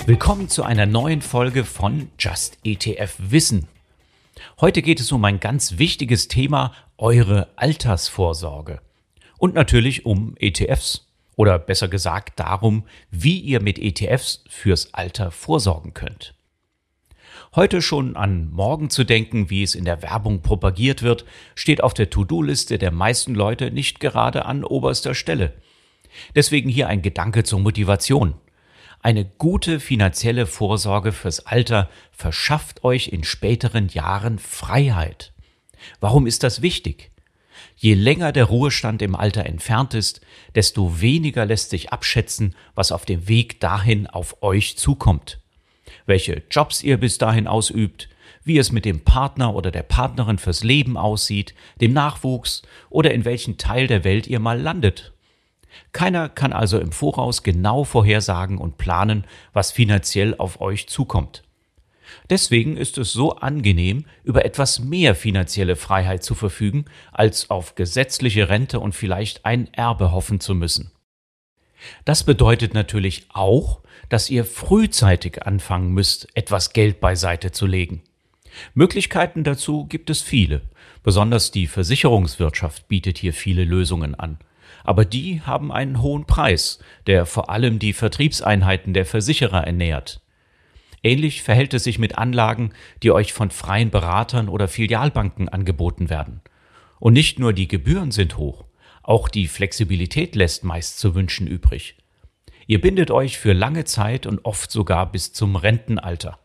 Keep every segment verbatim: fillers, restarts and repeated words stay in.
Willkommen zu einer neuen Folge von Just E T F Wissen. Heute geht es um ein ganz wichtiges Thema, eure Altersvorsorge. Und natürlich um E T Fs. Oder besser gesagt darum, wie ihr mit E T Fs fürs Alter vorsorgen könnt. Heute schon an morgen zu denken, wie es in der Werbung propagiert wird, steht auf der To-Do-Liste der meisten Leute nicht gerade an oberster Stelle. Deswegen hier ein Gedanke zur Motivation. Eine gute finanzielle Vorsorge fürs Alter verschafft euch in späteren Jahren Freiheit. Warum ist das wichtig? Je länger der Ruhestand im Alter entfernt ist, desto weniger lässt sich abschätzen, was auf dem Weg dahin auf euch zukommt. Welche Jobs ihr bis dahin ausübt, wie es mit dem Partner oder der Partnerin fürs Leben aussieht, dem Nachwuchs oder in welchem Teil der Welt ihr mal landet. Keiner kann also im Voraus genau vorhersagen und planen, was finanziell auf euch zukommt. Deswegen ist es so angenehm, über etwas mehr finanzielle Freiheit zu verfügen, als auf gesetzliche Rente und vielleicht ein Erbe hoffen zu müssen. Das bedeutet natürlich auch, dass ihr frühzeitig anfangen müsst, etwas Geld beiseite zu legen. Möglichkeiten dazu gibt es viele. Besonders die Versicherungswirtschaft bietet hier viele Lösungen an. Aber die haben einen hohen Preis, der vor allem die Vertriebseinheiten der Versicherer ernährt. Ähnlich verhält es sich mit Anlagen, die euch von freien Beratern oder Filialbanken angeboten werden. Und nicht nur die Gebühren sind hoch, auch die Flexibilität lässt meist zu wünschen übrig. Ihr bindet euch für lange Zeit und oft sogar bis zum Rentenalter.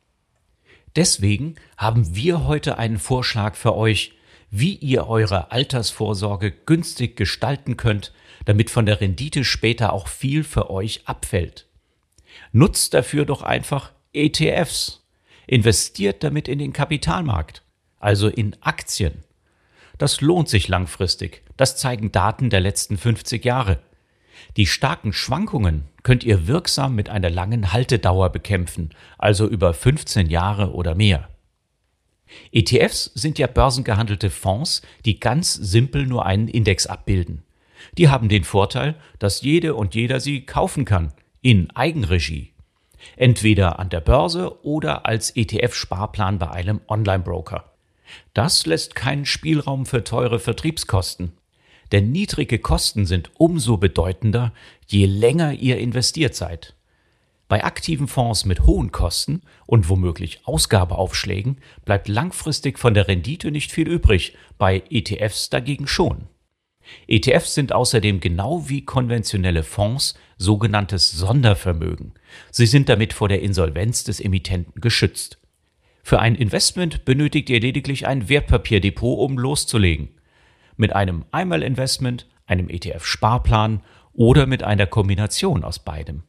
Deswegen haben wir heute einen Vorschlag für euch, wie ihr eure Altersvorsorge günstig gestalten könnt, damit von der Rendite später auch viel für euch abfällt. Nutzt dafür doch einfach E T Fs. Investiert damit in den Kapitalmarkt, also in Aktien. Das lohnt sich langfristig, das zeigen Daten der letzten fünfzig Jahre. Die starken Schwankungen könnt ihr wirksam mit einer langen Haltedauer bekämpfen, also über fünfzehn Jahre oder mehr. E T Fs sind ja börsengehandelte Fonds, die ganz simpel nur einen Index abbilden. Die haben den Vorteil, dass jede und jeder sie kaufen kann, in Eigenregie. Entweder an der Börse oder als E T F-Sparplan bei einem Online-Broker. Das lässt keinen Spielraum für teure Vertriebskosten. Denn niedrige Kosten sind umso bedeutender, je länger ihr investiert seid. Bei aktiven Fonds mit hohen Kosten und womöglich Ausgabeaufschlägen bleibt langfristig von der Rendite nicht viel übrig, bei E T Fs dagegen schon. E T Fs sind außerdem genau wie konventionelle Fonds sogenanntes Sondervermögen. Sie sind damit vor der Insolvenz des Emittenten geschützt. Für ein Investment benötigt ihr lediglich ein Wertpapierdepot, um loszulegen. Mit einem Einmalinvestment, einem E T F-Sparplan oder mit einer Kombination aus beidem.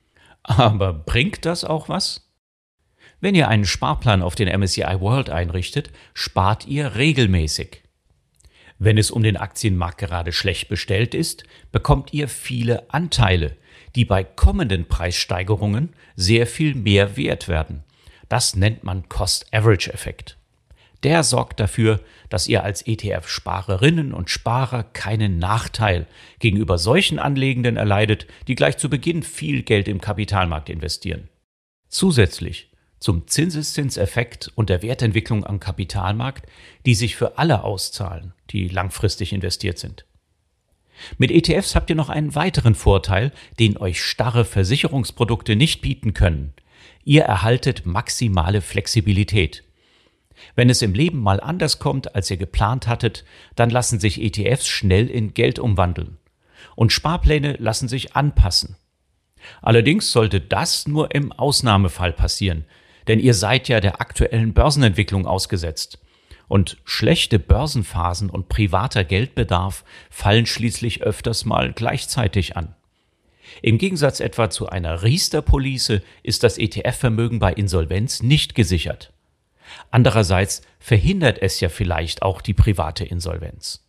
Aber bringt das auch was? Wenn ihr einen Sparplan auf den M S C I World einrichtet, spart ihr regelmäßig. Wenn es um den Aktienmarkt gerade schlecht bestellt ist, bekommt ihr viele Anteile, die bei kommenden Preissteigerungen sehr viel mehr wert werden. Das nennt man Cost-Average-Effekt. Der sorgt dafür, dass ihr als E T F-Sparerinnen und Sparer keinen Nachteil gegenüber solchen Anlegenden erleidet, die gleich zu Beginn viel Geld im Kapitalmarkt investieren. Zusätzlich zum Zinseszinseffekt und der Wertentwicklung am Kapitalmarkt, die sich für alle auszahlen, die langfristig investiert sind. Mit E T Fs habt ihr noch einen weiteren Vorteil, den euch starre Versicherungsprodukte nicht bieten können. Ihr erhaltet maximale Flexibilität. Wenn es im Leben mal anders kommt, als ihr geplant hattet, dann lassen sich E T Fs schnell in Geld umwandeln. Und Sparpläne lassen sich anpassen. Allerdings sollte das nur im Ausnahmefall passieren, denn ihr seid ja der aktuellen Börsenentwicklung ausgesetzt. Und schlechte Börsenphasen und privater Geldbedarf fallen schließlich öfters mal gleichzeitig an. Im Gegensatz etwa zu einer Riester-Police ist das E T F-Vermögen bei Insolvenz nicht gesichert. Andererseits verhindert es ja vielleicht auch die private Insolvenz.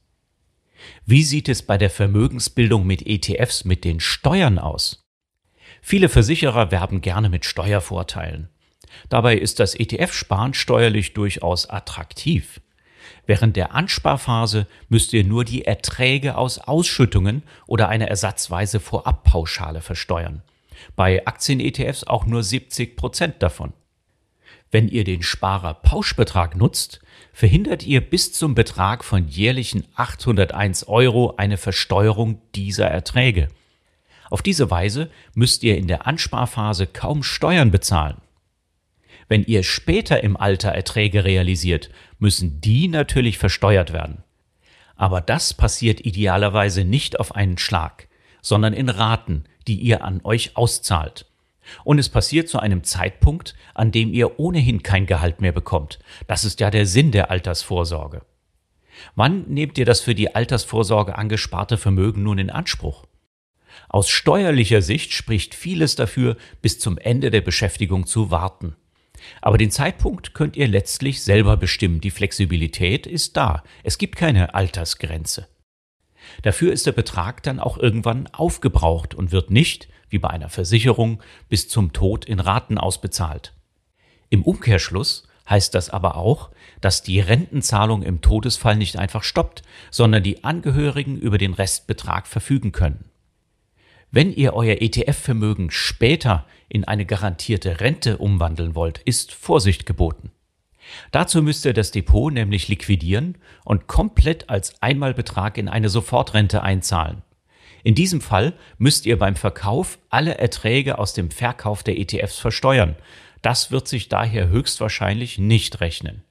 Wie sieht es bei der Vermögensbildung mit E T Fs mit den Steuern aus? Viele Versicherer werben gerne mit Steuervorteilen. Dabei ist das E T F-Sparen steuerlich durchaus attraktiv. Während der Ansparphase müsst ihr nur die Erträge aus Ausschüttungen oder eine ersatzweise Vorabpauschale versteuern. Bei Aktien-E T Fs auch nur siebzig Prozent davon. Wenn ihr den Sparer-Pauschbetrag nutzt, verhindert ihr bis zum Betrag von jährlichen achthunderteins Euro eine Versteuerung dieser Erträge. Auf diese Weise müsst ihr in der Ansparphase kaum Steuern bezahlen. Wenn ihr später im Alter Erträge realisiert, müssen die natürlich versteuert werden. Aber das passiert idealerweise nicht auf einen Schlag, sondern in Raten, die ihr an euch auszahlt. Und es passiert zu einem Zeitpunkt, an dem ihr ohnehin kein Gehalt mehr bekommt. Das ist ja der Sinn der Altersvorsorge. Wann nehmt ihr das für die Altersvorsorge angesparte Vermögen nun in Anspruch? Aus steuerlicher Sicht spricht vieles dafür, bis zum Ende der Beschäftigung zu warten. Aber den Zeitpunkt könnt ihr letztlich selber bestimmen. Die Flexibilität ist da. Es gibt keine Altersgrenze. Dafür ist der Betrag dann auch irgendwann aufgebraucht und wird nicht, wie bei einer Versicherung, bis zum Tod in Raten ausbezahlt. Im Umkehrschluss heißt das aber auch, dass die Rentenzahlung im Todesfall nicht einfach stoppt, sondern die Angehörigen über den Restbetrag verfügen können. Wenn ihr euer E T F-Vermögen später in eine garantierte Rente umwandeln wollt, ist Vorsicht geboten. Dazu müsst ihr das Depot nämlich liquidieren und komplett als Einmalbetrag in eine Sofortrente einzahlen. In diesem Fall müsst ihr beim Verkauf alle Erträge aus dem Verkauf der E T Fs versteuern. Das wird sich daher höchstwahrscheinlich nicht rechnen.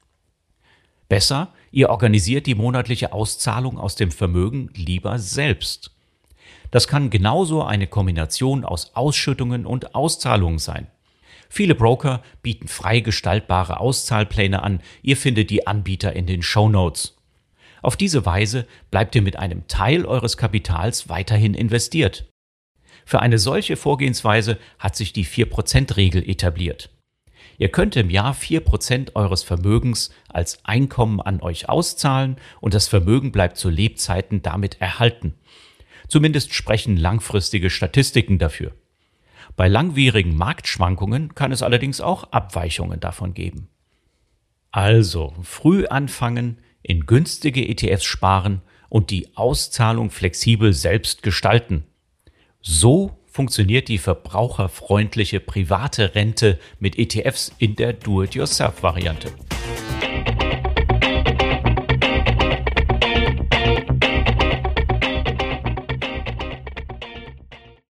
Besser, ihr organisiert die monatliche Auszahlung aus dem Vermögen lieber selbst. Das kann genauso eine Kombination aus Ausschüttungen und Auszahlungen sein. Viele Broker bieten frei gestaltbare Auszahlpläne an. Ihr findet die Anbieter in den Shownotes. Auf diese Weise bleibt ihr mit einem Teil eures Kapitals weiterhin investiert. Für eine solche Vorgehensweise hat sich die vier Prozent Regel etabliert. Ihr könnt im Jahr vier Prozent eures Vermögens als Einkommen an euch auszahlen und das Vermögen bleibt zu Lebzeiten damit erhalten. Zumindest sprechen langfristige Statistiken dafür. Bei langwierigen Marktschwankungen kann es allerdings auch Abweichungen davon geben. Also früh anfangen, in günstige E T Fs sparen und die Auszahlung flexibel selbst gestalten. So funktioniert die verbraucherfreundliche private Rente mit E T Fs in der Do-it-yourself-Variante.